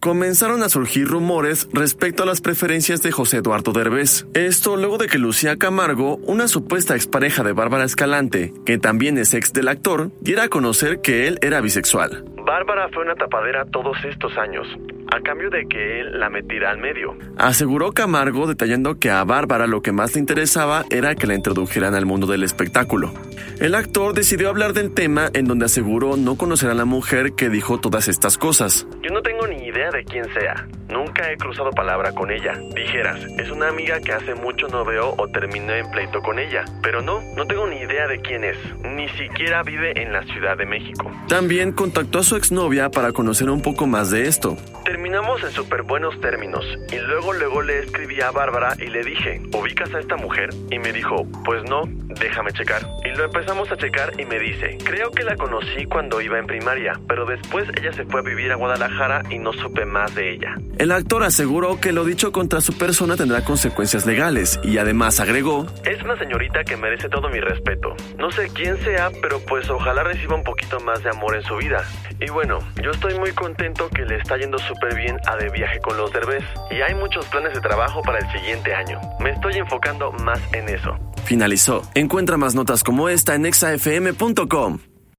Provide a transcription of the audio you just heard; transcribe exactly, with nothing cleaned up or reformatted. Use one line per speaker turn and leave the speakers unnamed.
comenzaron a surgir rumores respecto a las preferencias de José Eduardo Derbez. Esto luego de que Lucía Camargo, una supuesta expareja de Bárbara Escalante, que también es ex del actor, diera a conocer que él era bisexual.
Bárbara fue una tapadera todos estos años, a cambio de que él la metiera al medio.
Aseguró Camargo, detallando que a Bárbara lo que más le interesaba era que la introdujeran al mundo del espectáculo. El actor decidió hablar del tema, en donde aseguró no conocer a la mujer que dijo todas estas cosas.
Yo no tengo ni idea de quién sea. Nunca he cruzado palabra con ella. Dijeras, es una amiga que hace mucho no veo o terminé en pleito con ella. Pero no, no tengo ni idea de quién es. Ni siquiera vive en la Ciudad de México.
También contactó a su exnovia para conocer un poco más de esto.
Terminamos en súper buenos términos. Y luego, luego le escribí a Bárbara y le dije, ¿ubicas a esta mujer? Y me dijo, pues no, déjame checar. Y lo empezamos a checar y me dice, creo que la conocí cuando iba en primaria, pero después ella se fue a vivir a Guadalajara y no supe más de ella.
El actor aseguró que lo dicho contra su persona tendrá consecuencias legales y además agregó:
es una señorita que merece todo mi respeto. No sé quién sea, pero pues ojalá reciba un poquito más de amor en su vida. Y bueno, yo estoy muy contento que le está yendo súper bien a De Viaje con los Derbez y hay muchos planes de trabajo para el siguiente año. Me estoy enfocando más en eso.
Finalizó. Encuentra más notas como esta en exa f m punto com.